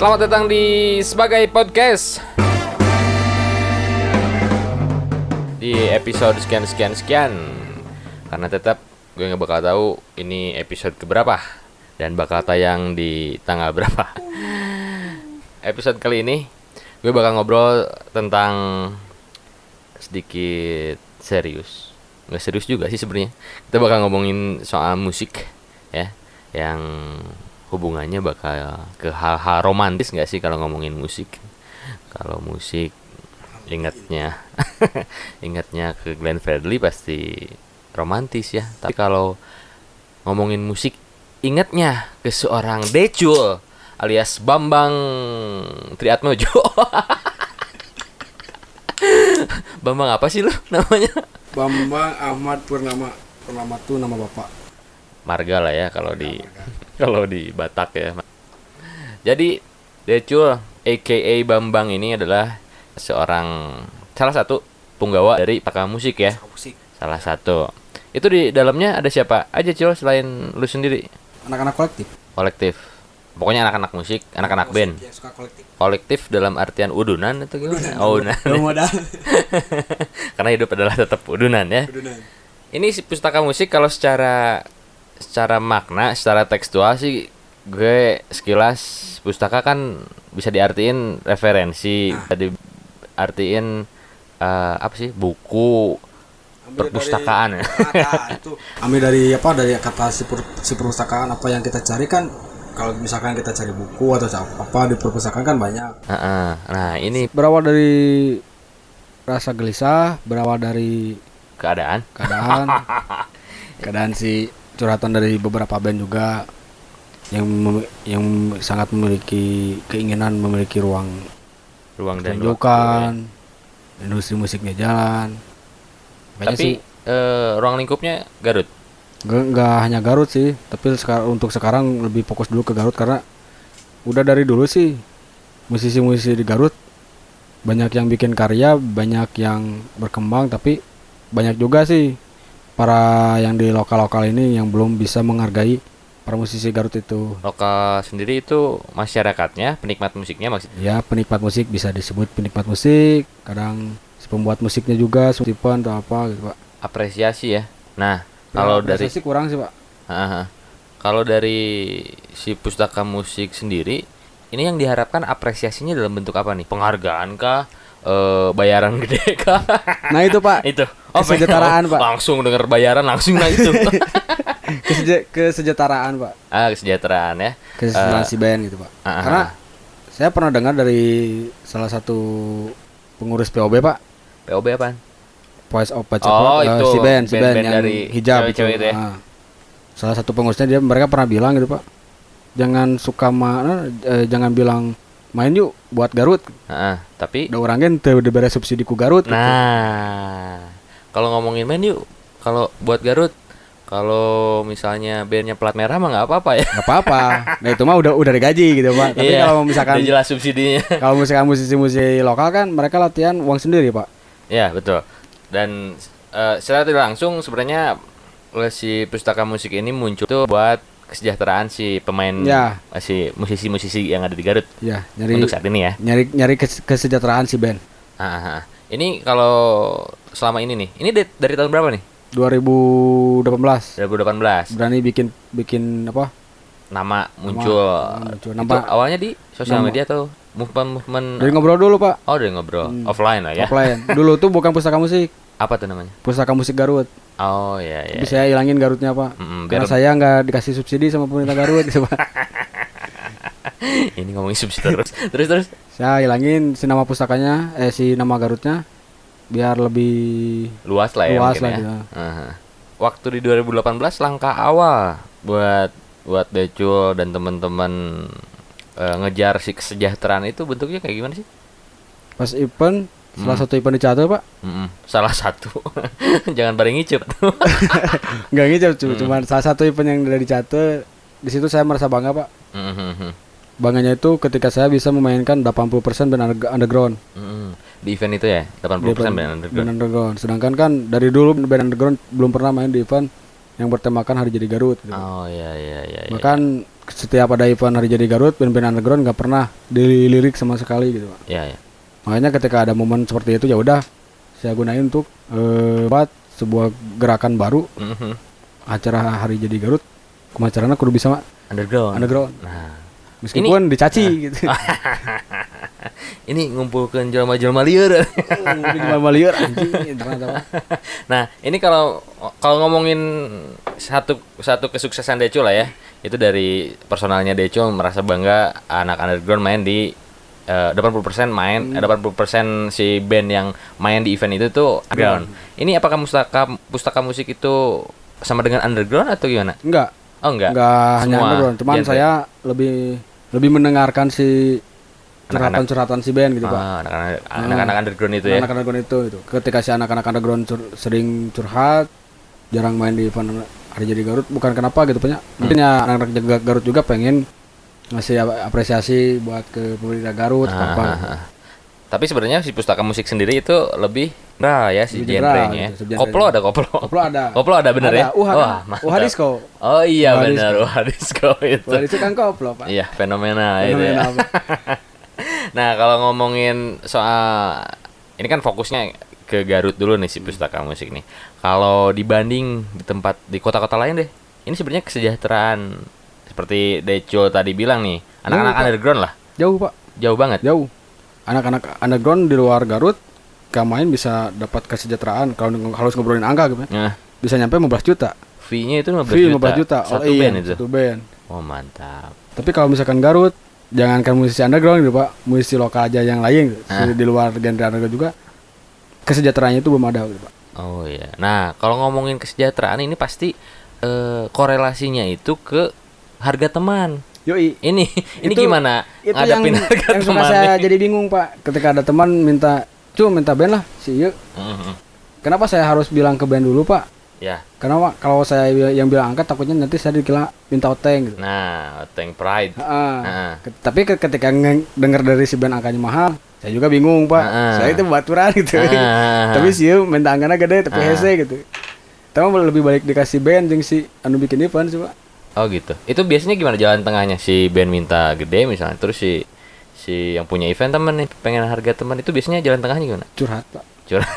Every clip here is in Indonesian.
Selamat datang di Sebagai Podcast. Di episode sekian. Karena tetap gue gak bakal tahu ini episode keberapa dan bakal tayang di tanggal berapa. Episode kali ini gue bakal ngobrol tentang sedikit serius. Gak serius juga sih sebenarnya. Kita bakal ngomongin soal musik ya, yang hubungannya bakal ke hal-hal romantis gak sih kalau ngomongin musik. Kalau musik ingatnya ke Glenn Fredly pasti romantis ya. Tapi kalau ngomongin musik ingatnya ke seorang Decul alias Bambang Triatmojo. Bambang apa sih lu namanya? Bambang Ahmad Purnama tuh nama bapak. Marga lah ya kalau di Batak ya. Jadi Decul aka Bambang ini adalah salah satu punggawa dari Paka Musik ya. Salah satu. Itu di dalamnya ada siapa aja Cul selain lu sendiri? Anak-anak kolektif. Pokoknya anak-anak musik, anak-anak band. Ya, suka kolektif. Kolektif dalam artian udunan atau gimana? Udunan. Modal. Karena hidup adalah tetap udunan ya. Udunan. Ini si Pustaka Musik kalau secara makna, secara tekstual sih gue sekilas pustaka kan bisa diartiin referensi, bisa diartiin apa sih? Buku, perpustakaan. Ambil dari kata si perpustakaan, apa yang kita cari kan. Kalau misalkan kita cari buku atau apa di perpustakaan kan banyak. Nah ini berawal dari rasa gelisah, berawal dari keadaan si curhatan dari beberapa band juga yang sangat memiliki keinginan memiliki ruang dan tunjukkan, industri musiknya jalan. Tapi ruang lingkupnya Garut. Nggak hanya Garut sih, tapi untuk sekarang lebih fokus dulu ke Garut karena udah dari dulu sih musisi-musisi di Garut banyak yang bikin karya, banyak yang berkembang, tapi banyak juga sih para yang di lokal-lokal ini yang belum bisa menghargai para musisi Garut itu. Lokal sendiri itu masyarakatnya, penikmat musiknya maksudnya? Ya, penikmat musik, bisa disebut penikmat musik, kadang si pembuat musiknya juga, Steven atau apa gitu Pak. Apresiasi ya. Nah, kalau dari kurang sih Pak. Kalau dari si Pustaka Musik sendiri, ini yang diharapkan apresiasinya dalam bentuk apa nih? Penghargaan kah? Bayaran gede kah? Nah itu Pak. Itu. Kesejahteraan Pak. Langsung denger bayaran langsung nah itu. Kesejahteraan Pak. Kesejahteraan ya. Kesejahteraan si band gitu Pak. Karena saya pernah dengar dari salah satu pengurus POB Pak. POB apaan? Voice of Pacopot, itu si band yang dari hijab itu. Ya? Salah satu pengurusnya mereka pernah bilang gitu Pak. Jangan jangan bilang main yuk buat Garut. Tapi udah orang kan udah beres subsidi ku Garut. Nah, gitu. Kalau ngomongin main yuk, kalau buat Garut, kalau misalnya bandnya plat merah mah nggak apa-apa ya. Nggak apa-apa. Nah itu mah udah digaji gitu Pak. Tapi kalau misalkan udah jelas subsidinya. Kalau misalkan musisi-musisi lokal kan mereka latihan uang sendiri Pak. Ya betul. Dan secara tidak langsung sebenarnya si Pustaka Musik ini muncul tuh buat kesejahteraan si pemain si musisi-musisi yang ada di Garut. Ya, untuk saat ini ya. Nyari kesejahteraan si band. Ini kalau selama ini nih, ini dari tahun berapa nih? 2018. Berani bikin apa? Nama muncul. Itu awalnya di sosial media atau movement? Dari ngobrol dulu Pak. Dari ngobrol offline lah ya. Offline. Dulu tuh bukan Pustaka Musik. Apa tuh namanya? Pustaka Musik Garut. Oh iya. Tapi saya hilangin Garutnya Pak. Karena saya nggak dikasih subsidi sama pemerintah Garut gitu Pak. Ini ngomongin subsidi terus. Saya hilangin si nama pustakanya, si nama Garutnya biar lebih luas lah ya. Gitu. Waktu di 2018 langkah awal buat Decul dan teman-teman ngejar si kesejahteraan itu bentuknya kayak gimana sih? Pas event salah satu event di Catur Pak. Salah satu. Jangan bareng ngicip. Enggak ngicip, cuma salah satu event yang dari Catur. Di situ saya merasa bangga Pak. Bangganya itu ketika saya bisa memainkan 80% band underground. Di event itu ya? 80% band underground. Sedangkan kan dari dulu band underground belum pernah main di event yang bertemakan Hari Jadi Garut gitu. Oh iya. Bahkan setiap ada event hari jadi Garut, band-band underground nggak pernah dilirik sama sekali gitu Pak. Ya, ya. Makanya ketika ada momen seperti itu ya udah saya gunain untuk buat sebuah gerakan baru acara hari jadi Garut. Kemacarana kudu bisa Mak Underground. underground. Nah, Meskipun dicaci gitu. ini ngumpulkan jelma-jelma liar. Gimana liar anjing ternyata Pak. Nah, ini kalau ngomongin satu kesuksesan Deco lah ya. Itu dari personalnya Deco merasa bangga anak underground main di 80% main 80% si band yang main di event itu tuh underground. Ini apakah pustaka musik itu sama dengan underground atau gimana? Enggak. Oh, enggak. Hanya underground, cuman genre. saya lebih mendengarkan si curhatan si band gitu Pak. Anak-anak underground itu ya. Anak underground itu. Ketika si anak-anak underground sering curhat, jarang main di event hari jadi Garut, bukan kenapa gitu Pak. Mungkin ya anak-anak Garut juga pengen ngasih apresiasi buat ke pemerintah Garut apa. Tapi sebenarnya si pustaka musik sendiri itu lebih ya si Lebih general genrenya. gitu, subgenre. Koplo ada. Koplo ada Bener ya? Wah, mantap. Disco. Oh iya Uha benar, Disco itu. Disco kan koplo Pak. Iya, fenomena itu ya. Nah, kalau ngomongin soal ini kan fokusnya ke Garut dulu nih si pustaka musik nih. Kalau dibanding di kota-kota lain deh, ini sebenarnya kesejahteraan seperti Deco tadi bilang nih, anak-anak underground lah. Jauh Pak. Jauh banget. Jauh. Anak-anak underground di luar Garut main bisa dapat kesejahteraan kalau harus ngobrolin angka gitu. Nah, Bisa nyampe 15 juta. fee-nya itu 15 Fee juta. 15 juta. Satu band itu. Satu band. Oh, mantap. Tapi kalau misalkan Garut, jangankan musisi underground gitu Pak, musisi lokal aja yang lain gitu. Di luar genre underground juga kesejahteraannya itu belum ada gitu Pak. Oh iya. Nah, kalau ngomongin kesejahteraan ini pasti korelasinya itu ke harga teman. Yoi. Ini Itu- gimana Itu ngadepin harga yang suka teman saya nih? jadi bingung Pak. Ketika ada teman minta band lah si Ieu. Mhm. Kenapa saya harus bilang ke band dulu Pak? Ya. Karena Pak, kalau saya yang bilang angkat takutnya nanti saya dikira minta oteng gitu. Nah, Tank Pride. Tapi ketika dengar dari si band angkanya mahal, saya juga bingung Pak. Saya itu baturan gitu. Tapi si Ieu minta angkanya gede tapi hese gitu. Tapi lebih baik dikasih band jeung si anu bikin event sih Pak. Oh gitu. Itu biasanya gimana jalan tengahnya? Si band minta gede misalnya, terus si yang punya event temen nih pengen harga teman itu biasanya jalan tengahnya gimana? Curhat Pak. Curhat.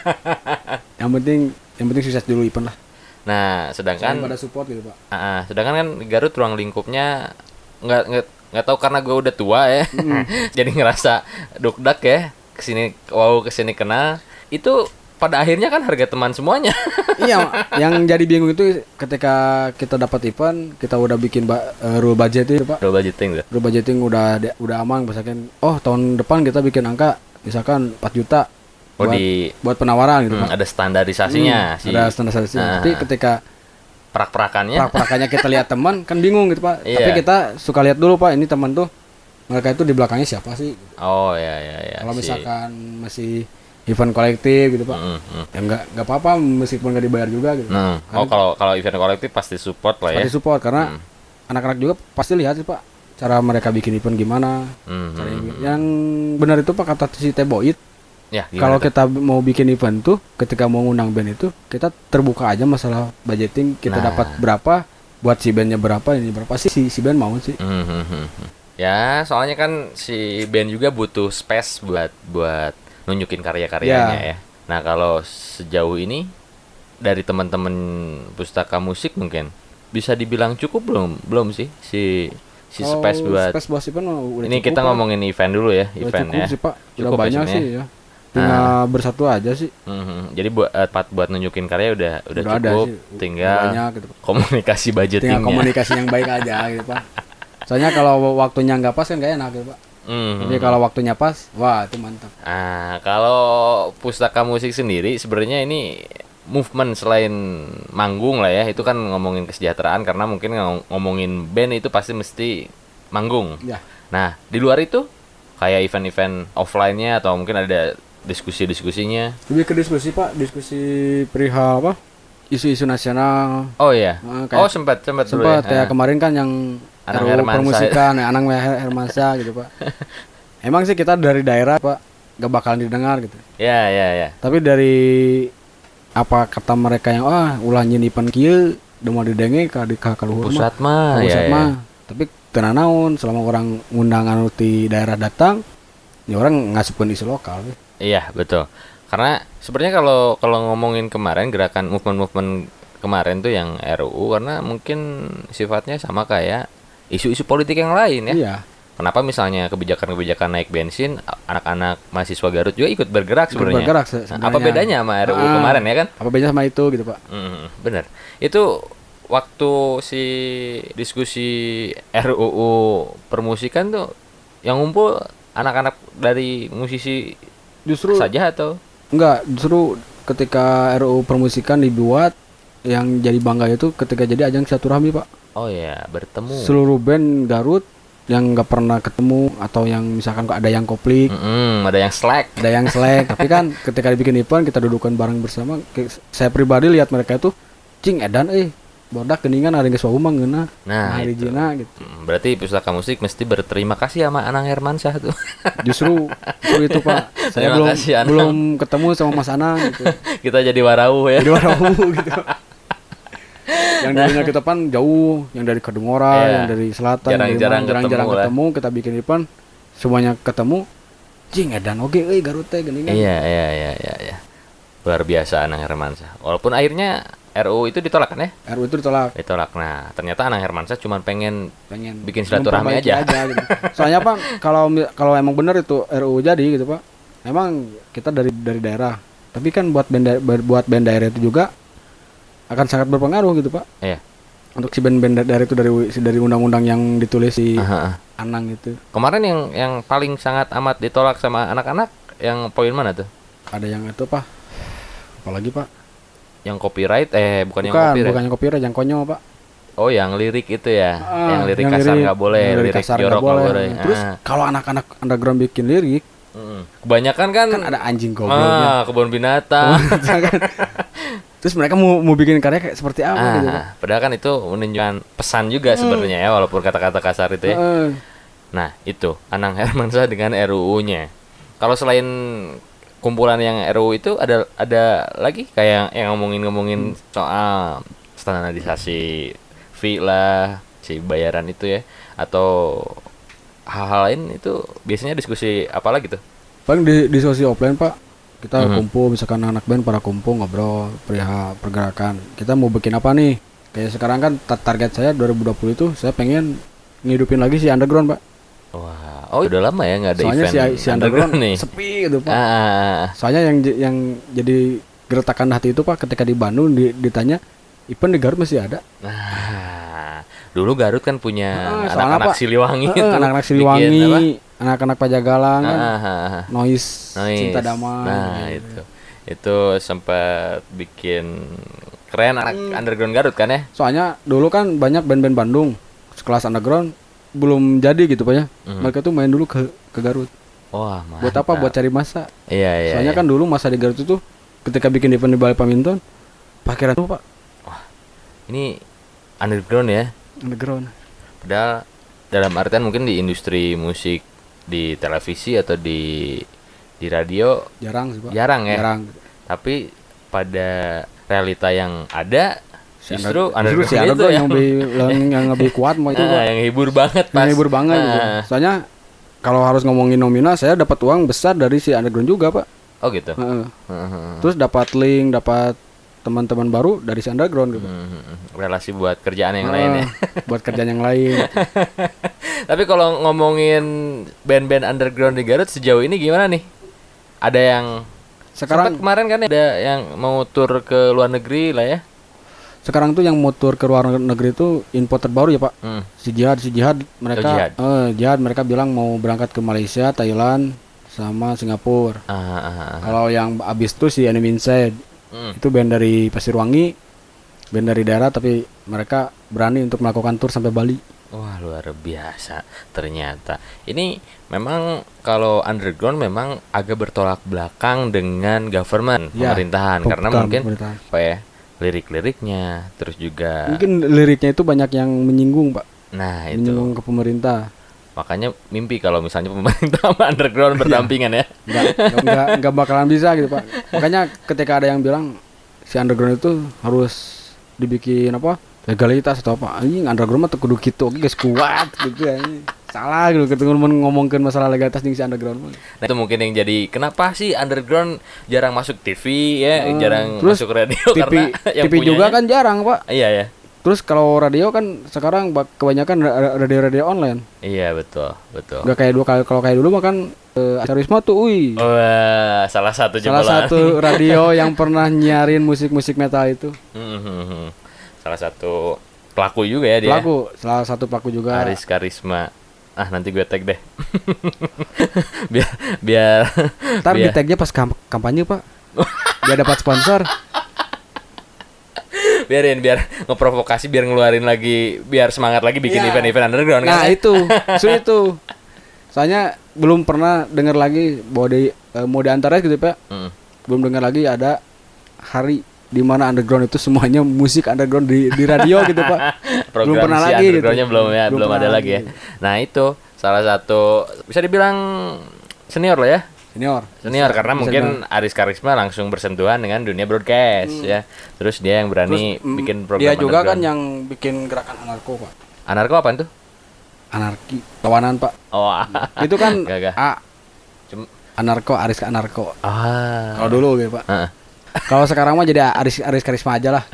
Yang penting sukses dulu event lah. Nah, sedangkan Pada support gitu Pak. sedangkan kan Garut ruang lingkupnya nggak tahu karena gue udah tua ya. Jadi ngerasa dukdak ya kesini kenal itu pada akhirnya kan harga teman semuanya. Iya, yang jadi bingung itu ketika kita dapat event, kita udah bikin rule budget itu Pak. Udah budgeting tuh. Rule budgeting udah aman, misalkan tahun depan kita bikin angka misalkan 4 juta buat penawaran gitu Pak. Ada standarisasinya Ada standarisasinya. Tapi ketika perakannya kita lihat teman kan bingung gitu Pak. Iya. Tapi kita suka lihat dulu Pak, ini teman tuh mereka itu di belakangnya siapa sih? Oh ya. Kalau misalkan masih event kolektif gitu Pak, ya nggak apa-apa meskipun nggak dibayar juga gitu. Oh kalau event kolektif pasti support lah ya. Pasti support karena anak-anak juga pasti lihat sih Pak cara mereka bikin event gimana. Yang benar itu Pak kata si Teboit. Ya, Kalau kita mau bikin event tuh, ketika mau ngundang band itu, kita terbuka aja masalah budgeting. Kita dapat berapa, buat si bandnya berapa, ini berapa sih si band mau sih. Ya, soalnya kan si band juga butuh space buat nunjukin karya-karyanya ya. Nah, kalau sejauh ini dari teman-teman pustaka musik mungkin bisa dibilang cukup belum sih si space buat event udah ini cukup, kita Pak. ngomongin event dulu ya, Udah event cukup ya. sih Pak, udah Cukup banyak sebenarnya. sih ya. Tinggal bersatu aja sih. Jadi buat nunjukin karya udah Ada cukup, sih. tinggal Banyak gitu. komunikasi budgetingnya. Tinggal komunikasi yang baik aja gitu Pak. Soalnya kalau waktunya nggak pas kan nggak enak gitu Pak. Tapi kalau waktunya pas, wah itu mantap. Nah, kalau pustaka musik sendiri sebenarnya ini movement selain manggung lah ya, itu kan ngomongin kesejahteraan karena mungkin ngomongin band itu pasti mesti manggung. Ya. Nah, di luar itu kayak event-event offline-nya atau mungkin ada diskusi-diskusinya. Lebih ke diskusi Pak, diskusi perihal apa? Isu-isu nasional. Oh iya. Kayak- sempat dulu ya. Sempat kayak kemarin kan yang Anang RUU Hermansyah. permusikan, Anang Hermansyah gitu Pak. Emang sih kita dari daerah Pak gak bakalan didengar gitu. Ya. Tapi dari apa kata mereka yang ulah nyin event kieu udah mau didenge ka luhur Pusat mah Pusat ya. mah. Tapi tenang naon selama orang ngundang anu ti daerah datang, ya orang ngasupkeun isu lokal. Iya, betul. Karena sebenarnya kalau ngomongin kemarin gerakan movement kemarin tuh yang RUU, karena mungkin sifatnya sama kayak isu-isu politik yang lain ya. Iya. Kenapa misalnya kebijakan-kebijakan naik bensin, anak-anak mahasiswa Garut juga ikut bergerak Ikut sebenarnya. bergerak Nah, apa bedanya sama RUU kemarin ya kan? Apa bedanya sama itu gitu, Pak? Bener. Itu waktu si diskusi RUU permusikan tuh yang ngumpul anak-anak dari musisi Justru saja atau? enggak, justru ketika RUU permusikan dibuat yang jadi bangga itu ketika jadi ajang silaturahmi, Pak. Oh ya, bertemu. Seluruh band Garut yang nggak pernah ketemu atau yang misalkan ada yang koplik, Ada yang slack. ada yang selek, tapi kan ketika dibikin event kita dudukkan bareng bersama. Saya pribadi lihat mereka itu cing edan bodak keningan ada geus waumang ngeunah. Nah, hari itu. jina gitu. Berarti Pustaka Musik mesti berterima kasih sama Anang Hermansyah tuh. Justru itu, Pak. Saya Terima kasih, Anang. belum ketemu sama Mas Anang gitu. Kita jadi warau ya. Jadi warau gitu. Yang dulunya kita pan jauh, yang dari Kadungora, Iya. yang dari selatan, Jarang-jarang jarang-jarang ketemu lah. ketemu, kita bikin event semuanya ketemu. Cing edan oge Garut teh geuningan. Iya. Luar biasa Anang Hermansyah. Walaupun akhirnya RUU itu ditolak kan ya? RUU itu ditolak. Ditolak. Nah, ternyata Anang Hermansyah cuma pengen Pengen bikin silaturahmi memperbaiki aja. gitu. Soalnya Pak, kalau emang benar itu RUU jadi gitu Pak, emang kita dari daerah, tapi kan buat band daerah itu juga akan sangat berpengaruh gitu Pak. Iya. Untuk si band daerah itu dari undang-undang yang ditulis si Aha. Anang gitu. Kemarin yang paling sangat amat ditolak sama anak-anak yang poin mana tuh? Ada yang itu Pak. Apalagi Pak? Yang copyright bukan yang Bukan, copyright. bukan yang copyright, yang konyol Pak. Oh, yang lirik itu ya. Yang lirik yang kasar nggak boleh, yang lirik kasar jorok nggak nggak boleh. Terus kalau anak-anak underground bikin lirik, Kebanyakan kan ada anjing gobloknya. kebun binatang. Terus mereka mau bikin karya kayak seperti apa gitu Pak? Padahal kan itu menunjukkan pesan juga sebenarnya ya, walaupun kata-kata kasar itu ya. Nah, itu Anang Hermansyah dengan RUU-nya. Kalau selain kumpulan yang RUU itu ada lagi kayak yang ngomongin soal standarisasi fee lah, si bayaran itu ya, atau hal-hal lain itu biasanya diskusi apa lagi tuh? Paling di sosial offline Pak, kita kumpul misalkan anak band pada kumpul ngobrol perihal pergerakan. Kita mau bikin apa nih? Kayak sekarang kan target saya 2020 itu saya pengen ngidupin lagi si underground Pak. Wah, udah lama ya nggak ada Soalnya event si underground nih. sepi gitu Pak. Soalnya Soalnya yang jadi gertakan hati itu Pak ketika di Bandung ditanya event di Garut masih ada. Nah, dulu Garut kan punya soalnya anak-anak Pak, Siliwangi itu. anak-anak bikin apa? Siliwangi, anak-anak Pajagalan kan, Noise. Cinta Damai. Nah, itu sempat bikin keren anak underground Garut kan ya? Soalnya dulu kan banyak band-band Bandung sekelas underground belum jadi gitu Pak ya. Mereka tuh main dulu ke Garut. Wah, Buat apa? Buat cari masa. Iya. Soalnya kan dulu masa di Garut itu ketika bikin event di Balai Paminton, parkiran tuh Pak, ini underground ya. underground. Padahal dalam artian mungkin di industri musik, di televisi atau di radio Jarang sih Pak. jarang ya. Jarang. Tapi pada realita yang ada justru si underground itu underground yang yang lebih kuat mau itu Pak. yang hibur banget pas. Yang hibur banget gitu. Soalnya kalau harus ngomongin nominal, saya dapat uang besar dari si underground juga Pak. Oh gitu. Terus dapat link, dapat teman-teman baru dari si underground gitu. Relasi buat kerjaan yang lain ya. Buat kerjaan yang lain. Tapi kalau ngomongin band-band underground di Garut sejauh ini gimana nih? Ada yang Sekarang sempat kemarin kan ada yang mau tur ke luar negeri lah ya. sekarang tuh yang motor ke luar negeri itu info terbaru ya Pak. Si Jihad mereka Jihad mereka bilang mau berangkat ke Malaysia, Thailand sama Singapura. Kalau yang abis tuh si Enemy Inside. Itu band dari Pasirwangi, band dari daerah tapi mereka berani untuk melakukan tur sampai Bali. Wah, luar biasa ternyata. Ini memang kalau underground memang agak bertolak belakang dengan government, pemerintahan, karena mungkin apa ya, lirik-liriknya terus juga mungkin liriknya itu banyak yang menyinggung Pak. Nah, itu menyinggung ke pemerintah. Makanya mimpi kalau misalnya pemerintah sama underground berdampingan ya. Enggak bakalan bisa gitu Pak. Makanya ketika ada yang bilang si underground itu harus dibikin apa? legalitas atau apa anjing underground mah teu kudu kitu oge geus kuat gitu anjing. Salah gitu ketika ngomongkeun masalah legalitas jeung si underground mah. Nah, itu mungkin yang jadi kenapa sih underground jarang masuk TV ya, jarang terus masuk radio TV, karena yang TV juga punyanya- kan jarang, Pak. Iya ya. Terus kalau radio kan sekarang kebanyakan radio online. Iya betul, betul. Gak kayak dulu kalau kayak dulu mah kan Acara Wisma tuh, Wah, salah satu salah jebolan. satu radio yang pernah nyiarin musik-musik metal itu. Salah satu pelaku juga ya dia. Pelaku, salah satu pelaku juga. Aris Karisma. Ah, nanti gue tag deh. biar biar Ntar di biar- tagnya pas kampanye, Pak. Biar dapat sponsor. biarin biar ngeprovokasi, biar ngeluarin lagi, biar semangat lagi bikin Iya. event-event underground Nah, kan. itu. Itu. Soalnya belum pernah dengar lagi bahwa mau diantaranya gitu, Pak. Mm. Belum dengar lagi ada hari di mana underground itu semuanya musik underground di radio gitu, Pak. Program Belum pernah si lagi gitu. undergroundnya belum ya, Belum belum ada pernah lagi ya. lagi. Nah, itu salah satu bisa dibilang senior lah ya. Senior Karena Bisa mungkin dibilang. Aris Karisma langsung bersentuhan dengan dunia broadcast ya. Terus dia yang berani bikin program dia juga kan underground. yang bikin gerakan anarko, Pak. Anarko apaan tuh? Anarki, kawanan, Pak. Oh, Itu kan Gagah. anarko, Aris anarko. ah. Kalau dulu gitu, Pak. Heeh. Kalau sekarang mah jadi Aris Karisma aja lah.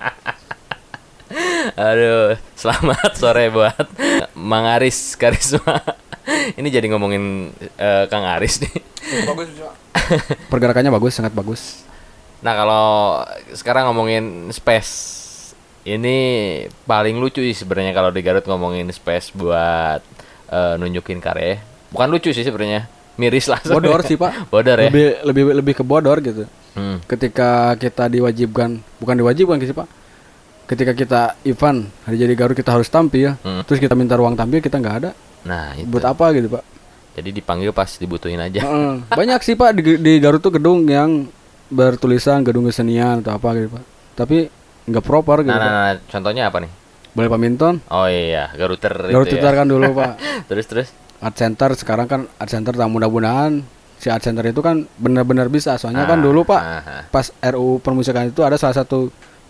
Aduh, selamat sore buat Mang Aris Karisma. Ini jadi ngomongin Kang Aris nih. Bagus, pergerakannya bagus, sangat bagus. Nah, kalau sekarang ngomongin space, ini paling lucu sih sebenarnya kalau di Garut ngomongin space buat nunjukin karya. Bukan lucu sih sebenarnya, miris lah. Bodor sih, Pak. Bodor ya. Lebih ke bodor gitu. Ketika kita bukan diwajibkan sih, Pak. Ketika kita event hari jadi Garut kita harus tampil, terus kita minta ruang tampil kita nggak ada. Nah, itu. Buat apa gitu, Pak? Jadi dipanggil pas dibutuhin aja. Banyak sih, Pak, di Garut tuh gedung yang bertulisan gedung kesenian atau apa gitu, Pak. Tapi nggak proper gitu, Pak. Nah, contohnya apa nih? Balai Paminton, Oh iya, Garuter Garut itu Tutar ya. kan dulu, Pak. Terus. Art Center sekarang kan Art Center, tak mudah-mudahan si Art Center itu kan benar-benar bisa. Soalnya kan dulu, Pak, pas RUU permusikan itu ada salah satu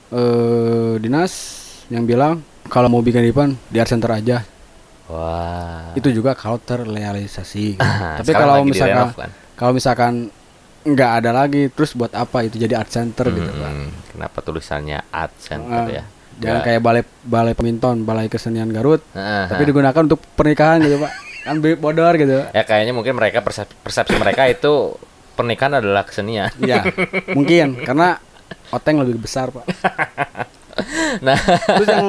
dinas yang bilang kalau mau bikin event di Art Center aja. Wah. Itu juga kalau terrealisasi. Tapi Sekarang kalau lagi misalkan direnov kan? kalau misalkan nggak ada lagi, terus buat apa itu jadi Art Center gitu, Pak. Kenapa tulisannya Art Center ya? Jangan kayak balai Paminton, balai kesenian Garut, Heeh. tapi digunakan untuk pernikahan gitu, Pak. Kan bodor gitu. Ya kayaknya mungkin mereka persepsi mereka itu pernikahan adalah kesenian. Iya, mungkin karena oteng lebih besar, Pak. Nah, Terus yang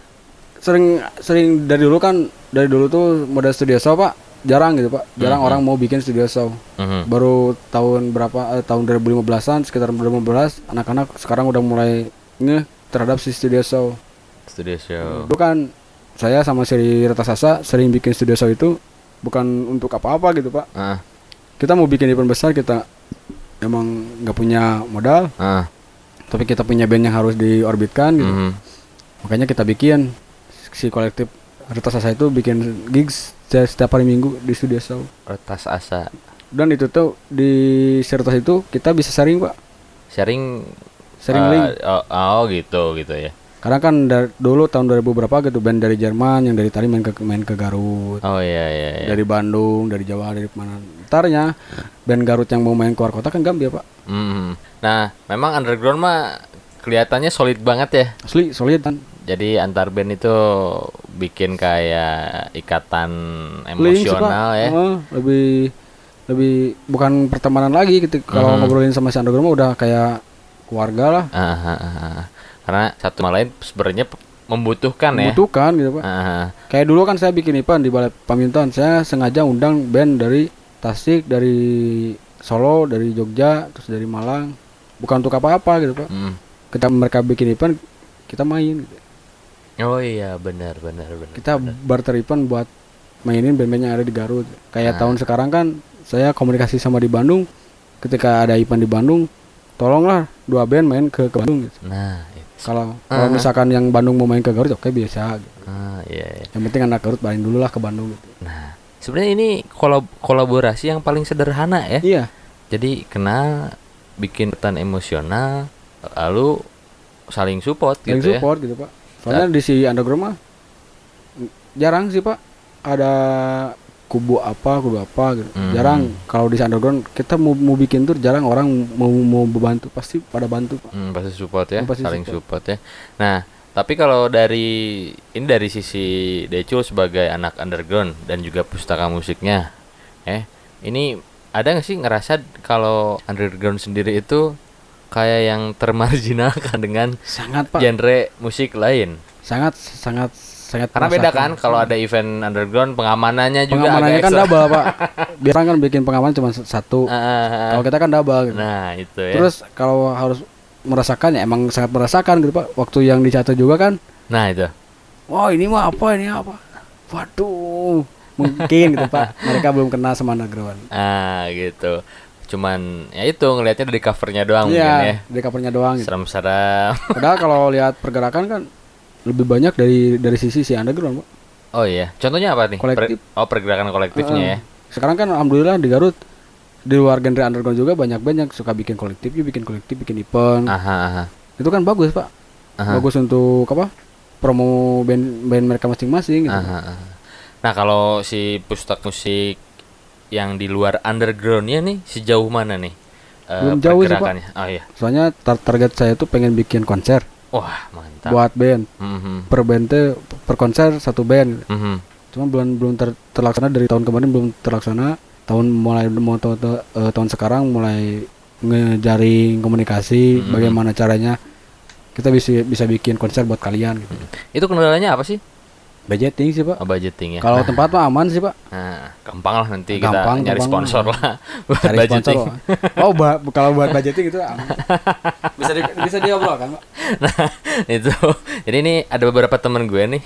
sering dari dulu tuh model studio show, Pak, jarang gitu, Pak. Jarang orang mau bikin studio show. Baru tahun berapa tahun 2015-an, sekitar 2015 anak-anak sekarang udah mulai terhadap si studio show. studio show. Dulu kan saya sama si Reta Sasa sering bikin studio show itu bukan untuk apa-apa gitu, Pak. Heeh. Kita mau bikin event besar, kita emang nggak punya modal, Heeh. tapi kita punya band yang harus diorbitkan gitu. Makanya kita bikin si kolektif Reta Sasa itu bikin gigs setiap hari Minggu di studio show. Retas asa. Dan itu tuh di Sertas itu kita bisa sharing, Pak. Sharing Link. Oh gitu ya. Karena kan dulu tahun 2000 berapa gitu band dari Jerman yang dari tadi main ke Garut. Oh iya. Dari Bandung, dari Jawa, dari mana. Entarnya band Garut yang mau main keluar kota kan gambia, Pak. Nah, memang underground mah kelihatannya solid banget ya. Asli solid kan. Jadi antar band itu bikin kayak ikatan Link sih, Pak. emosional ya. Lebih bukan pertemanan lagi gitu. Kalau ngobrolin sama si underground mah udah kayak keluarga lah. Karena satu sama lain sebenarnya membutuhkan ya. Membutuhkan gitu, Pak. Kayak dulu kan saya bikin event di Balai Paminton, saya sengaja undang band dari Tasik, dari Solo, dari Jogja, terus dari Malang. Bukan untuk apa-apa gitu, Pak. Ketika mereka bikin event, kita main gitu. Oh iya, benar. Kita barter event buat mainin band-band yang ada di Garut. Kayak tahun sekarang kan saya komunikasi sama di Bandung. Ketika ada event di Bandung, tolonglah 2 band main ke Bandung gitu. Nah, itu. Kalau misalkan yang Bandung mau main ke Garut, oke biasa gitu. Iya. Yang penting anak Garut main dulu lah ke Bandung gitu. Nah, sebenarnya ini kolaborasi yang paling sederhana ya. Iya. Jadi kenal, bikin petan emosional, lalu saling support Saling gitu support gitu, Pak. Soalnya di si underground mah jarang sih Pak ada kubu apa gitu. Jarang kalau di si underground kita mau bikin tur jarang orang mau bantu, pasti pada bantu Pak. Pasti support ya, Pasti saling support ya. Nah, tapi kalau dari sisi Decul sebagai anak underground dan juga pustaka musiknya, ini ada nggak sih ngerasa kalau underground sendiri itu kayak yang termarginalkan dengan Sangat Pak. genre musik lain? Sangat Karena beda kan kalau ada event underground pengamanannya juga pengamanannya agak kan ekstra. double Pak. Biar kan bikin pengaman cuma satu. Kalau kita kan double gitu. Nah itu ya. Terus kalau harus merasakan ya emang sangat merasakan gitu Pak. Waktu yang dicatat juga kan, Nah itu. wah ini apa. Waduh, mungkin gitu Pak. Mereka belum kenal sama underground. Gitu. Cuman ya itu ngelihatnya dari covernya doang mungkin ya. Iya, di covernya doang gitu. Serem-serem. Padahal kalau lihat pergerakan kan lebih banyak dari sisi si underground Pak. Oh iya. Contohnya apa nih? Kolektif. Pergerakan kolektifnya ya. Sekarang kan alhamdulillah di Garut di luar genre underground juga banyak suka bikin kolektif, bikin event. Aha. Itu kan bagus Pak. Aha. Bagus untuk apa? Promo band mereka masing-masing gitu. Aha. Nah kalau si pustak musik yang di luar undergroundnya nih sejauh mana nih Belum jauh sih, Pak. pergerakannya? Oh iya. Soalnya target saya tuh pengen bikin konser Wah mantap. buat band. Mhm. Per band tuh per konser satu band. Mhm. Cuma belum terlaksana dari tahun kemarin belum terlaksana. Tahun sekarang mulai ngejaring komunikasi bagaimana caranya kita bisa bikin konser buat kalian gitu. Itu kendalanya apa sih? Budgeting sih Pak. Budgeting ya. Kalau tempat mah aman sih Pak. Nah, gampang lah nanti Gampang, kita nyari gampang. sponsor lah buat Cari budgeting. sponsor. Oh, kalau buat budgeting itu aman. bisa diobrol kan Pak. Nah, itu. Jadi ini ada beberapa teman gue nih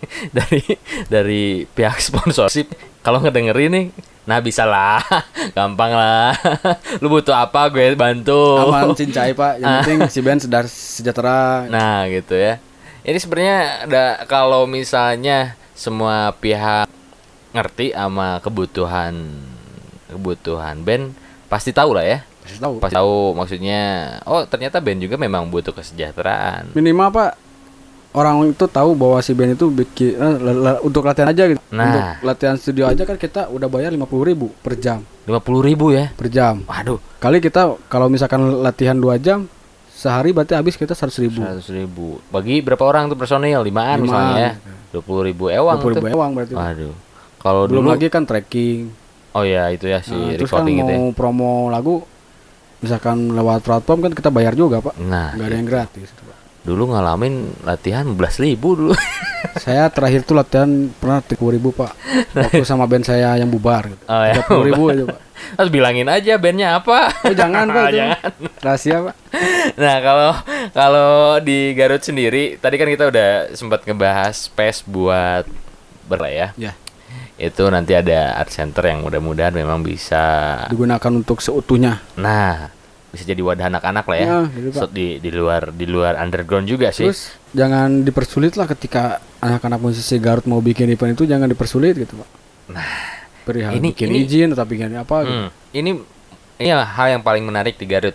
dari pihak sponsorship. Kalau ngedengerin nih, nah bisa lah, gampang lah. Lu butuh apa gue bantu. Aman cincai Pak. Yang penting si band sejahtera. Nah, gitu ya. Ini sebenarnya kalau misalnya semua pihak ngerti sama kebutuhan band, pasti tahu lah ya. Pasti tahu maksudnya. Oh, ternyata band juga memang butuh kesejahteraan. Minimal Pak orang itu tahu bahwa si band itu bikin untuk latihan aja gitu. Nah. Untuk latihan studio aja kan kita udah bayar 50.000 per jam. 50.000 ya Per jam. Waduh, Kali kita kalau misalkan latihan 2 jam sehari berarti habis kita 100.000. 100.000 bagi berapa orang tuh personil? 5-an misalnya ya. 20.000 ewang 20.000 tuh. ewang berarti. Waduh. Kalau Belum dulu lagi kan tracking. oh ya itu ya si Terus kan recording itu ya. mau promo lagu misalkan lewat platform kan kita bayar juga Pak. Nah, Nggak ada yang gratis gitu, Pak. dulu ngalamin latihan 11.000 dulu. Saya terakhir tuh latihan pernah 30.000 Pak. Waktu sama band saya yang bubar gitu. Oh, ya. 30.000 aja Pak. Terus bilangin aja bandnya apa. Oh jangan Pak itu. Jangan. Rahasia Pak. Nah, kalau di Garut sendiri tadi kan kita udah sempat ngebahas space buat ya. Ya. Itu nanti ada art center yang mudah-mudahan memang bisa Digunakan untuk seutuhnya. bisa jadi wadah anak-anak lah ya. Ya, gitu, Pak. So, di luar underground juga sih. Terus jangan dipersulit lah ketika anak-anak musisi Garut mau bikin event itu jangan dipersulit gitu Pak. Nah, Perihal ini- bikin ini- izin atau bikin apa gitu. Ini hal yang paling menarik di Garut.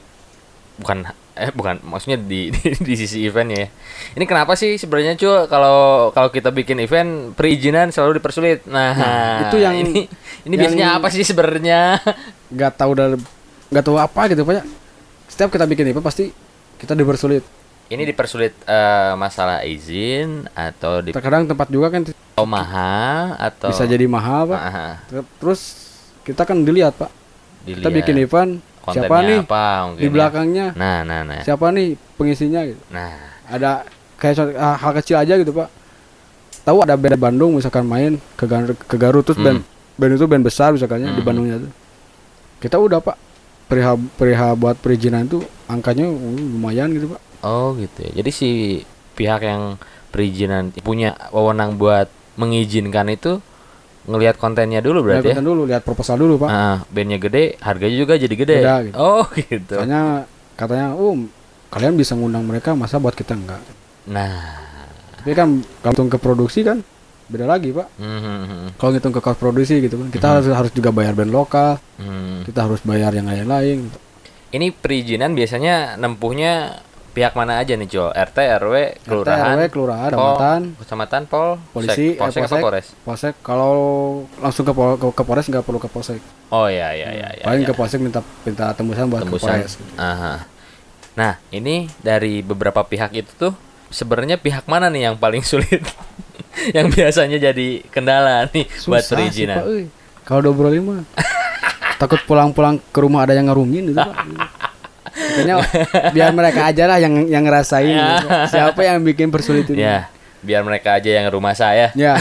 Bukan maksudnya di sisi eventnya ya. Ini kenapa sih sebenarnya cuy kalau kita bikin event perizinan selalu dipersulit. Nah, itu yang- ini yang- biasanya apa sih sebenarnya? Nggak tahu apa gitu Pak ya. Setiap kita bikin event pasti kita dipersulit. Ini dipersulit masalah izin atau Terkadang tempat juga kan mahal atau bisa jadi mahal Pak. Ah, Terus kita kan dilihat Pak. Kita dilihat bikin event siapa kontennya nih apa mungkin di ya. belakangnya. Nah. Siapa nih pengisinya gitu. Nah, Ada kayak hal kecil aja gitu Pak. Tahu ada band Bandung misalkan main ke Garut terus band itu band besar misalkannya di Bandungnya tuh. Kita udah Pak perihal buat perizinan itu angkanya lumayan gitu Pak. oh gitu ya. Jadi si pihak yang perizinan punya wewenang buat mengizinkan itu ngelihat kontennya dulu berarti ya. Lihat dulu, lihat proposal dulu Pak. Bandnya gede, harganya juga jadi gede. Beda, gitu. Oh gitu. Soalnya katanya, kalian bisa ngundang mereka, masa buat kita enggak? Nah, Tapi kan kalau ngitung ke produksi kan beda lagi Pak. Kalau ngitung ke cost produksi gitu kan, kita harus juga bayar band lokal, kita harus bayar yang lain-lain. Gitu. Ini perizinan biasanya nempuhnya pihak mana aja nih, Jo? RT, RW, kelurahan, RW, kelurahan, Pol, kecamatan, kecamatan, Pol, polisi, Polsek apa Polres? Polsek. Kalau langsung ke Polres nggak perlu ke Polsek. Oh ya. Paling Ya. ke Polsek minta tembusan buat ke Polres. Gitu. Aha. Nah, ini dari beberapa pihak itu tuh sebenarnya pihak mana nih yang paling sulit? Yang biasanya jadi kendala nih buat Susah sih, perizinan. Pak, euy. Kalau diobrolin mah takut pulang-pulang ke rumah ada yang ngerungin gitu, Pak. Makanya biar mereka aja lah yang ngerasain gitu. Siapa yang bikin persulit ini. Ya, biar mereka aja yang rumah saya. Ya.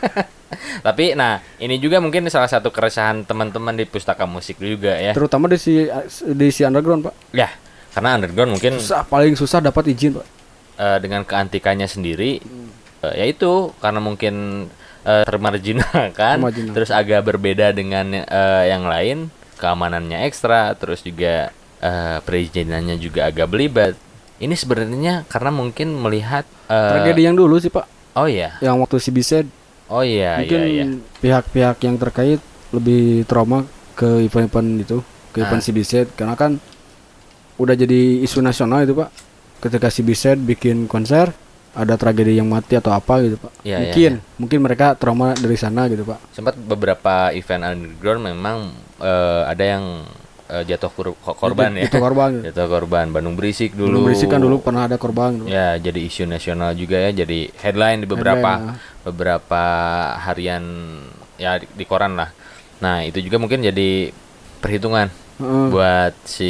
Tapi nah, ini juga mungkin salah satu keresahan teman-teman di Pustaka Musik juga ya. Terutama di si underground, Pak. Ya, karena underground mungkin Paling susah dapat izin, Pak. dengan keantikannya sendiri yaitu karena mungkin termarginalkan, Termarginal. terus agak berbeda dengan yang lain, keamanannya ekstra, terus juga perizinannya juga agak belibet. Ini sebenarnya karena mungkin melihat Tragedi yang dulu sih, Pak. oh iya, Yang waktu si Bised oh iya, mungkin iya. pihak-pihak yang terkait lebih trauma ke event-event itu, ke event si Bised karena kan udah jadi isu nasional itu, Pak. Ketika si Bised bikin konser ada tragedi yang mati atau apa gitu, Pak. Iya, Mungkin mereka trauma dari sana gitu, Pak. Sempat beberapa event underground memang ada yang jatuh korban ya. Itu korban. Gitu. Jatuh korban. Bandung Berisik dulu. Bandung Berisik kan dulu pernah ada korban gitu. Ya, jadi isu nasional juga ya, jadi headline di beberapa harian ya di koran lah. Nah, itu juga mungkin jadi perhitungan buat si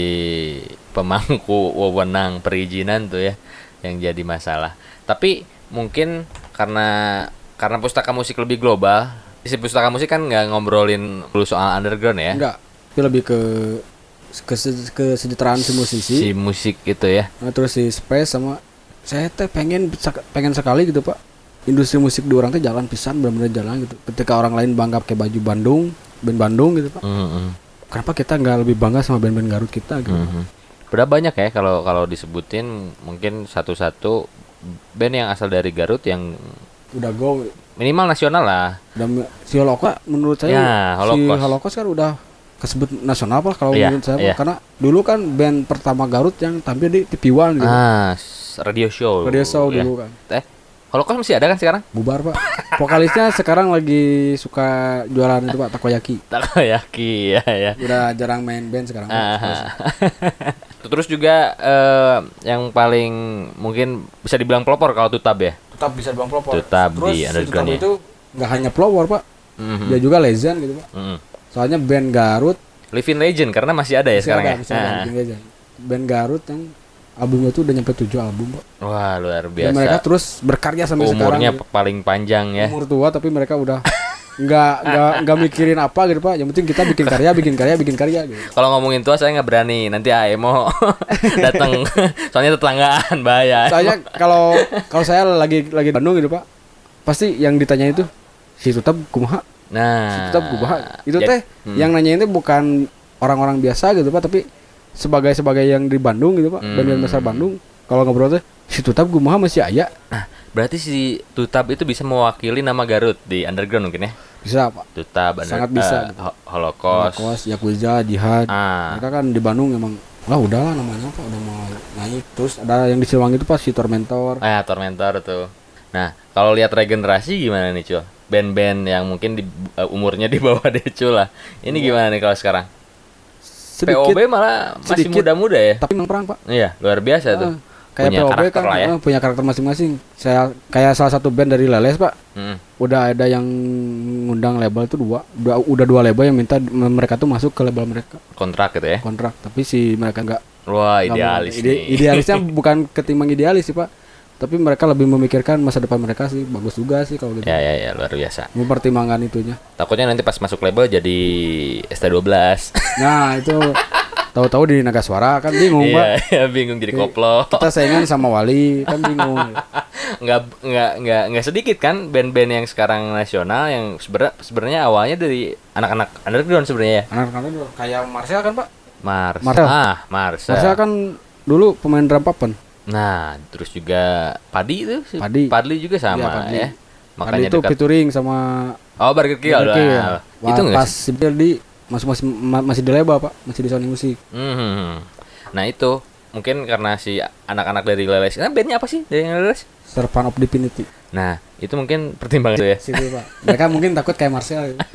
pemangku wewenang perizinan tuh ya yang jadi masalah. Tapi mungkin karena Pustaka Musik lebih global, si Pustaka Musik kan nggak ngobrolin dulu soal underground ya. Enggak, itu lebih ke kesejahteraan si musisi. Si musik itu ya. Nah, terus si Space sama saya teh pengen sekali gitu, Pak. Industri musik di orang teh jalan pisan, benar-benar jalan gitu. Ketika orang lain bangga pakai baju Bandung, band Bandung gitu, Pak. Kenapa kita nggak lebih bangga sama band-band Garut kita gitu? Udah banyak ya kalau disebutin mungkin satu-satu band yang asal dari Garut yang Udah go minimal nasional lah. si Holocaust menurut saya Ya, si Holocaust. Holocaust kan udah kesebut nasional Pak kalau Iya, menurut saya Pak. iya. Karena dulu kan band pertama Garut yang tampil di TV One gitu. Radio show. Radio show ya. dulu kan. Holocaust masih ada kan sekarang? Bubar, Pak. Vokalisnya sekarang lagi suka jualan itu, Pak, takoyaki. Takoyaki ya. Udah jarang main band sekarang, Pak. Terus juga yang paling mungkin bisa dibilang pelopor kalau Tutab ya. Tetap bisa dibilang pelopor. Tutab Terus di si underground Tutab ya. itu nggak hanya pelopor, Pak. Dia juga legend gitu, Pak. Soalnya band Garut Living Legend karena masih ada ya sekarang ya. masih ada, bikin legend. Band Garut yang albumnya tuh udah nyampe 7 album, Pak. Wah, luar Dan biasa. mereka terus berkarya sampai sekarang. Umurnya gitu. paling panjang ya. Umur tua tapi mereka udah nggak mikirin apa gitu, Pak. Yang penting kita bikin karya gitu. Kalau ngomongin tua saya nggak berani, nanti AEMO datang. Soalnya tetanggaan bahaya. Soalnya kalau saya lagi Bandung gitu, Pak. Pasti yang ditanya itu si Tutab kumaha? Nah, Si Tutab kumaha? Itu teh yang nanyain itu bukan orang-orang biasa gitu, Pak, tapi sebagai yang di Bandung gitu, Pak. Band-band besar Bandung. Kalau ngobrol teh si Tutab kumaha masih aya. Nah, berarti si Tutab itu bisa mewakili nama Garut di underground mungkin ya. Bisa, Pak. Tutab, Sangat bisa, gitu. Holocaust. Yakuza, Jihad. Mereka kan di Bandung emang udahlah namanya, Pak, udah mau naik. Terus ada yang di Siliwangi itu, Pak, si Tormentor. Tormentor tuh. Nah, kalau lihat regenerasi gimana nih, Cul? Band-band yang mungkin umurnya di bawah Decu lah. Ini gimana nih kalau sekarang? Sedikit, POB malah masih sedikit, muda-muda ya. tapi memang perang, Pak. Iya, luar biasa tuh. Kayak Punya POB karakter kan lah ya. punya karakter masing-masing. Saya kayak salah satu band dari Leles, Pak. Udah ada yang ngundang label tuh udah dua label yang minta mereka tuh masuk ke label mereka. Kontrak gitu ya. Kontrak, tapi si mereka enggak. Wah, idealis nih. Idealisnya bukan ketimbang idealis sih, Pak. Tapi mereka lebih memikirkan masa depan mereka sih. Bagus juga sih kalau gitu. Ya, luar biasa. Mempertimbangkan itunya. Takutnya nanti pas masuk label jadi ST12. Nah, itu tahu-tahu di Naga Suara kan bingung, Pak. Iya, bingung jadi koplo. Kita saingan sama Wali kan bingung. Nggak sedikit kan band-band yang sekarang nasional yang sebenarnya awalnya dari anak-anak underground sebenarnya ya. Anak-anak kayak Marcel kan, Pak? Marcel. Marcel kan dulu pemain drum papen. Nah, terus juga Padi itu Padli juga sama Padli. ya. Makanya Padli itu featuring sama Burger Kill ya. Itu enggak pas di masih di label, Pak, masih di Sony Music. Nah, itu mungkin karena si anak-anak dari Leles. Nah, bandnya apa sih dari Leles? Servant of Divinity. Nah, itu mungkin pertimbangan itu ya. Situ Pak. Mereka mungkin takut kayak Marcel gitu.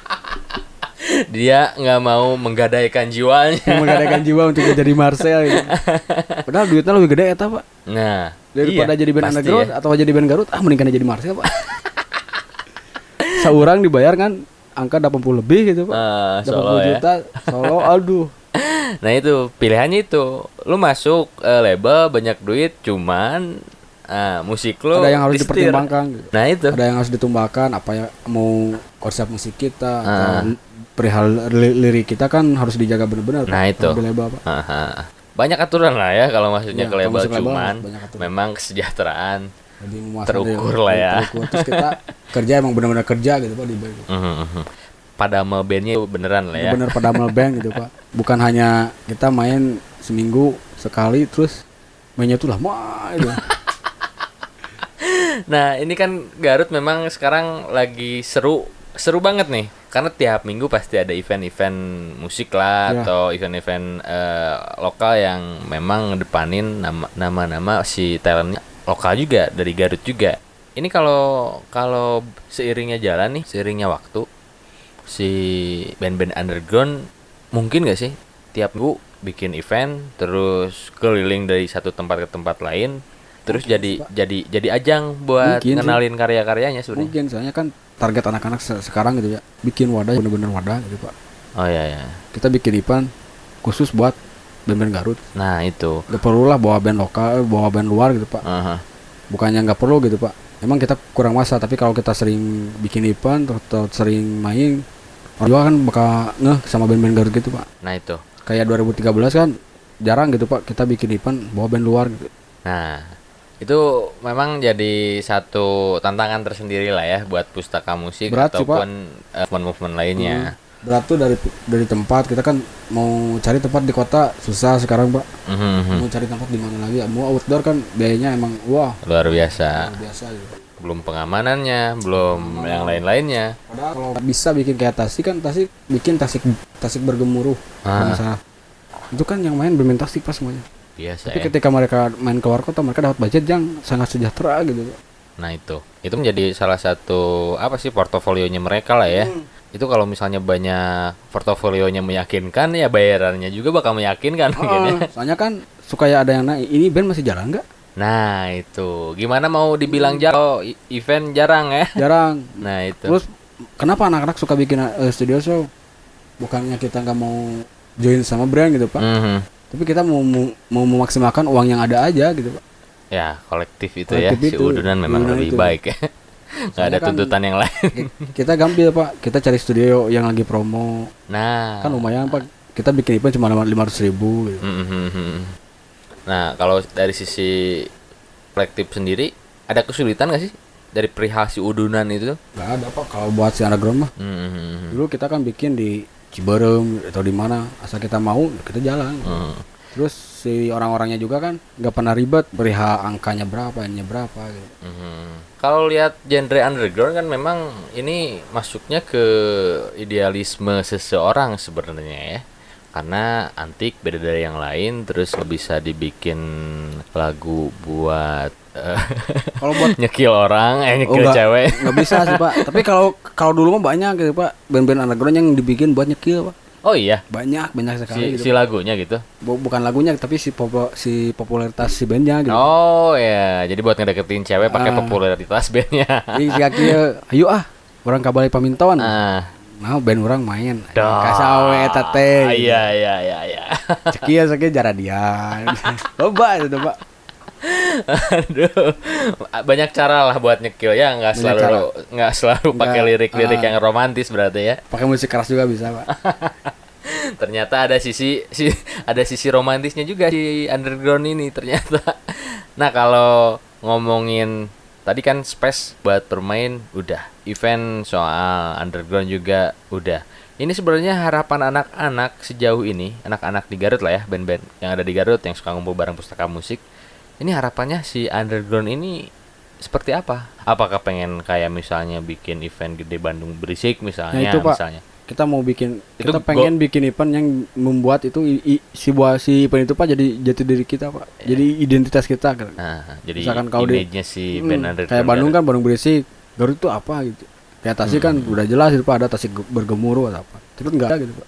Dia nggak mau menggadaikan jiwanya. Menggadaikan jiwa untuk jadi Marcel gitu. Padahal duitnya lebih gede eta Pak. Nah, Daripada iya, jadi band pasti underground ya. atau jadi band Garut, mendingan jadi Marcel Pak. Seorang dibayar kan angka 80 lebih gitu Pak. 80 Solo ya. juta solo, aduh. Nah itu pilihannya itu, lu masuk label banyak duit, cuman musik lu Ada yang harus disetir. dipertimbangkan gitu. Nah itu. Ada yang harus ditumbangkan apa ya, mau konsep musik kita atau perihal lirik kita kan harus dijaga benar-benar. Nah, Pak, itu. kalau di label Pak. Banyak aturan lah ya kalau maksudnya Iya, ke label, kalau masuk label cuman banyak aturan. memang kesejahteraan. Jadi memuaskan Terukur lah ya. terukur. Terus kita kerja emang benar-benar kerja gitu Pak di band. Pada bandnya itu beneran lah ya. Bener pada band gitu Pak. Bukan hanya kita main seminggu sekali terus mainnya tuh lama gitu. Nah ini kan Garut memang sekarang lagi seru banget nih, karena tiap minggu pasti ada event-event musik lah, Ya. atau event-event lokal yang memang ngedepanin nama-nama si talentnya lokal juga dari Garut juga. Ini kalau seiringnya jalan nih, seiringnya waktu, si band-band underground mungkin gak sih tiap minggu bikin event terus keliling dari satu tempat ke tempat lain, terus Mungkin, jadi ajang buat Mungkin sih. ngenalin karya-karyanya sebenarnya. Mungkin soalnya kan target anak-anak sekarang gitu ya, bikin wadah bener-bener wadah gitu Pak. Oh iya ya. Kita bikin event khusus buat band-band Garut. Nah itu. Gak perlu lah bawa band lokal, bawa band luar gitu Pak. Aha. Bukannya nggak perlu gitu Pak. Emang kita kurang masa, tapi kalau kita sering bikin event atau sering main, orang juga kan bakal ngeh sama band-band Garut gitu Pak. Nah itu. Kayak 2013 kan jarang gitu Pak kita bikin event bawa band luar gitu. Nah itu memang jadi satu tantangan tersendiri lah ya buat Pustaka Musik Berat sih, Pak. ataupun movement-movement lainnya. Berat tuh dari tempat, kita kan mau cari tempat di kota susah sekarang Pak. Mau cari tempat di mana lagi? Mau outdoor kan biayanya emang wah Luar biasa. luar biasa gitu. Belum pengamanannya, belum yang lain-lainnya. Padahal kalau bisa bikin kayak Tasik kan, bikin Tasik bergemuruh. Kalau nggak salah. Itu kan yang main bermain Tasik pas semuanya. Biasa Tapi ya. ketika mereka main keluar kota, mereka dapat budget yang sangat sejahtera gitu. Nah itu menjadi salah satu apa sih portofolionya mereka lah ya. Itu kalau misalnya banyak portofolionya meyakinkan, ya bayarannya juga bakal meyakinkan mungkin ya. Soalnya kan suka ya ada yang nanya, ini band masih jalan nggak? Nah itu gimana mau dibilang jarang, event jarang ya. Jarang. Nah itu. Terus kenapa anak-anak suka bikin studio show? Bukannya kita nggak mau join sama brand gitu Pak, tapi kita mau memaksimalkan uang yang ada aja gitu Pak. Ya kolektif itu Kolektif ya, si itu, udunan memang udunan lebih itu. baik ya. Nggak ada Soalnya kan tuntutan yang lain. Kita gampil Pak, kita cari studio yang lagi promo, Nah kan lumayan Pak. Kita bikin event cuma 500.000 gitu. Nah kalau dari sisi kolektif sendiri ada kesulitan nggak sih dari perihal si udunan itu? Nggak ada Pak kalau buat si underground mah. Dulu kita kan bikin di Ciberem atau di mana, asal kita mau kita jalan. Terus si orang-orangnya juga kan nggak pernah ribet perihal angkanya berapa, ininya berapa gitu. Kalau lihat genre underground kan memang ini masuknya ke idealisme seseorang sebenarnya ya. Karena antik beda dari yang lain, terus nggak bisa dibikin lagu buat Kalau buat nyekil orang, nyekil cewek. nggak bisa sih Pak. Tapi kalau dulu mah banyak gitu Pak, band-band underground yang dibikin buat nyekil Pak. Oh iya, Banyak sekali si gitu. lagunya gitu. Bukan lagunya tapi si popularitas si bandnya gitu. Oh ya, jadi buat ngedeketin cewek pakai popularitas bandnya. Jadi kira ayo orang kabalai pamintawan. Nah, band orang main. Kasawe tate. Iya. Cekia jara dia. Loba itu Pak. Aduh, banyak cara lah buat nyekil ya, nggak selalu pakai lirik-lirik yang romantis berarti ya. Pakai musik keras juga bisa Pak. Ternyata ada sisi romantisnya juga di underground ini ternyata. Nah kalau ngomongin tadi kan space buat bermain udah, event soal underground juga udah. Ini sebenarnya harapan anak-anak sejauh ini, anak-anak di Garut lah ya, band-band yang ada di Garut yang suka ngumpul bareng Pustaka Musik. Ini harapannya si underground ini seperti apa? Apakah pengen kayak misalnya bikin event gede Bandung Berisik misalnya, Nah, itu, Pak. misalnya? kita mau bikin, Itu kita pengen bikin event yang membuat itu si event itu Pak jadi jati diri kita Pak. Jadi identitas kita kan. Jadi Misalkan kalau image-nya si band underground kayak Bandung Garut. kan Bandung Berisik, Garut itu apa gitu. Kayak Tasik kan udah jelas itu Pak, ada Tasik bergemuruh atau apa. Terus enggak ada gitu Pak.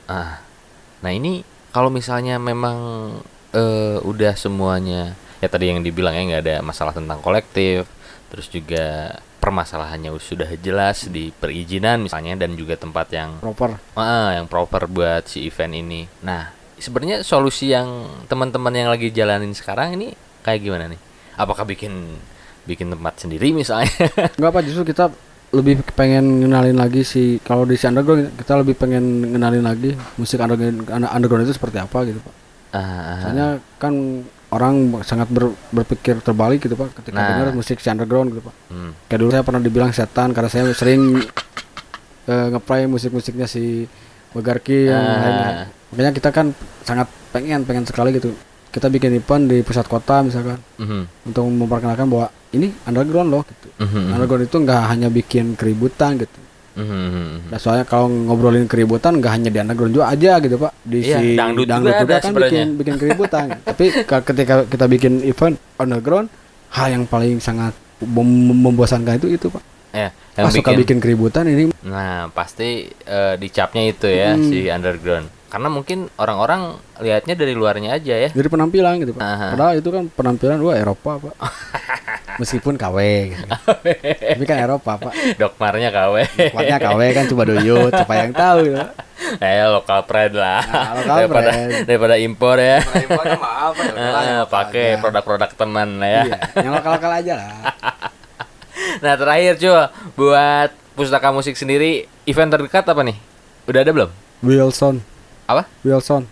Nah ini kalau misalnya memang udah semuanya ya tadi yang dibilang ya nggak ada masalah tentang kolektif, terus juga permasalahannya sudah jelas di perizinan misalnya dan juga tempat yang proper buat si event ini. Nah sebenarnya solusi yang teman-teman yang lagi jalanin sekarang ini kayak gimana nih? Apakah bikin tempat sendiri misalnya? Enggak Pak, justru kita lebih pengen ngenalin lagi kalau di si underground kita lebih pengen ngenalin lagi musik underground itu seperti apa gitu Pak. Soalnya kan orang sangat berpikir terbalik gitu Pak ketika dengar musik si underground gitu Pak. Kayak dulu saya pernah dibilang setan karena saya sering ngeplay musik-musiknya si Bagarki yang lainnya. Makanya kita kan sangat pengen sekali gitu. Kita bikin event di pusat kota misalkan untuk memperkenalkan bahwa ini underground loh gitu. Underground itu nggak hanya bikin keributan gitu. Nah soalnya kalau ngobrolin keributan nggak hanya di underground juga aja gitu Pak. Di si dangdut juga kan bikin keributan. Tapi ketika kita bikin event underground, hal yang paling sangat membosankan itu Pak. Yang suka bikin keributan ini. Nah pasti dicapnya itu ya si underground. Karena mungkin orang-orang lihatnya dari luarnya aja ya. Dari penampilan gitu Pak. Padahal itu kan penampilan Eropa Pak. Meskipun KW gitu. Tapi kan Eropa Pak. Dokmarnya KW. Dokmarnya KW kan coba doyut supaya yang tahu gitu. Lokal pride lah. Lokal daripada impor ya. Impornya maaf ya. Pakai produk-produk teman lah ya. Iya, yang lokal-lokal aja lah. Nah terakhir cuy, buat Pustaka Musik sendiri event terdekat apa nih? Udah ada belum? Wilson. Apa? Wilson.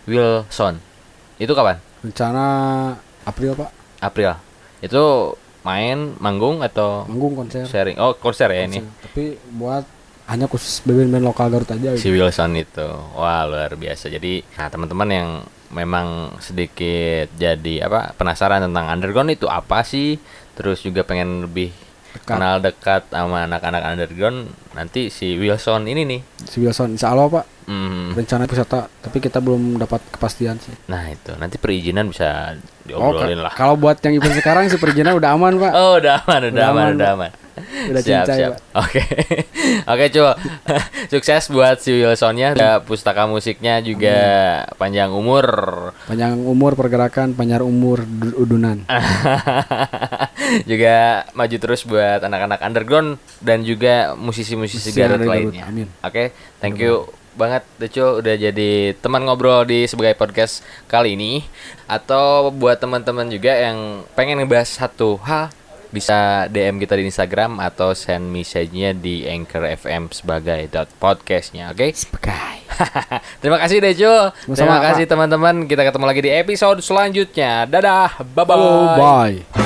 Itu kapan? Rencana April Pak. April. Itu main manggung atau konser? Sharing. Oh konser ya ini. Tapi buat hanya khusus band-band lokal Garut aja. Si Wilson itu, wah luar biasa. Jadi, nah teman-teman yang memang sedikit jadi penasaran tentang underground itu apa sih? Terus juga pengen lebih kenal dekat sama anak-anak underground, nanti si Wilson ini nih. Si Wilson, insya Allah Pak. Rencana wisata, tapi kita belum dapat kepastian sih. Nah itu, nanti perizinan bisa diobrolin lah. Kalau buat yang event sekarang sih perizinan udah aman Pak. Oh udah aman. Udah cincai Pak. Oke cuy. Sukses buat si Wilsonnya. Pustaka Musiknya juga panjang umur pergerakan, panjang umur udunan. Juga maju terus buat anak-anak underground dan juga musisi-musisi Garut lainnya. Amin. Oke, thank you banget Deco udah jadi teman ngobrol di sebagai podcast kali ini. Atau buat teman-teman juga yang pengen ngebahas satu hal, bisa DM kita di Instagram atau send message-nya di Anchor FM sebagai .podcastnya, oke? Terima kasih Deco. Terima kasih teman-teman. Kita ketemu lagi di episode selanjutnya. Dadah, bye-bye. Bye.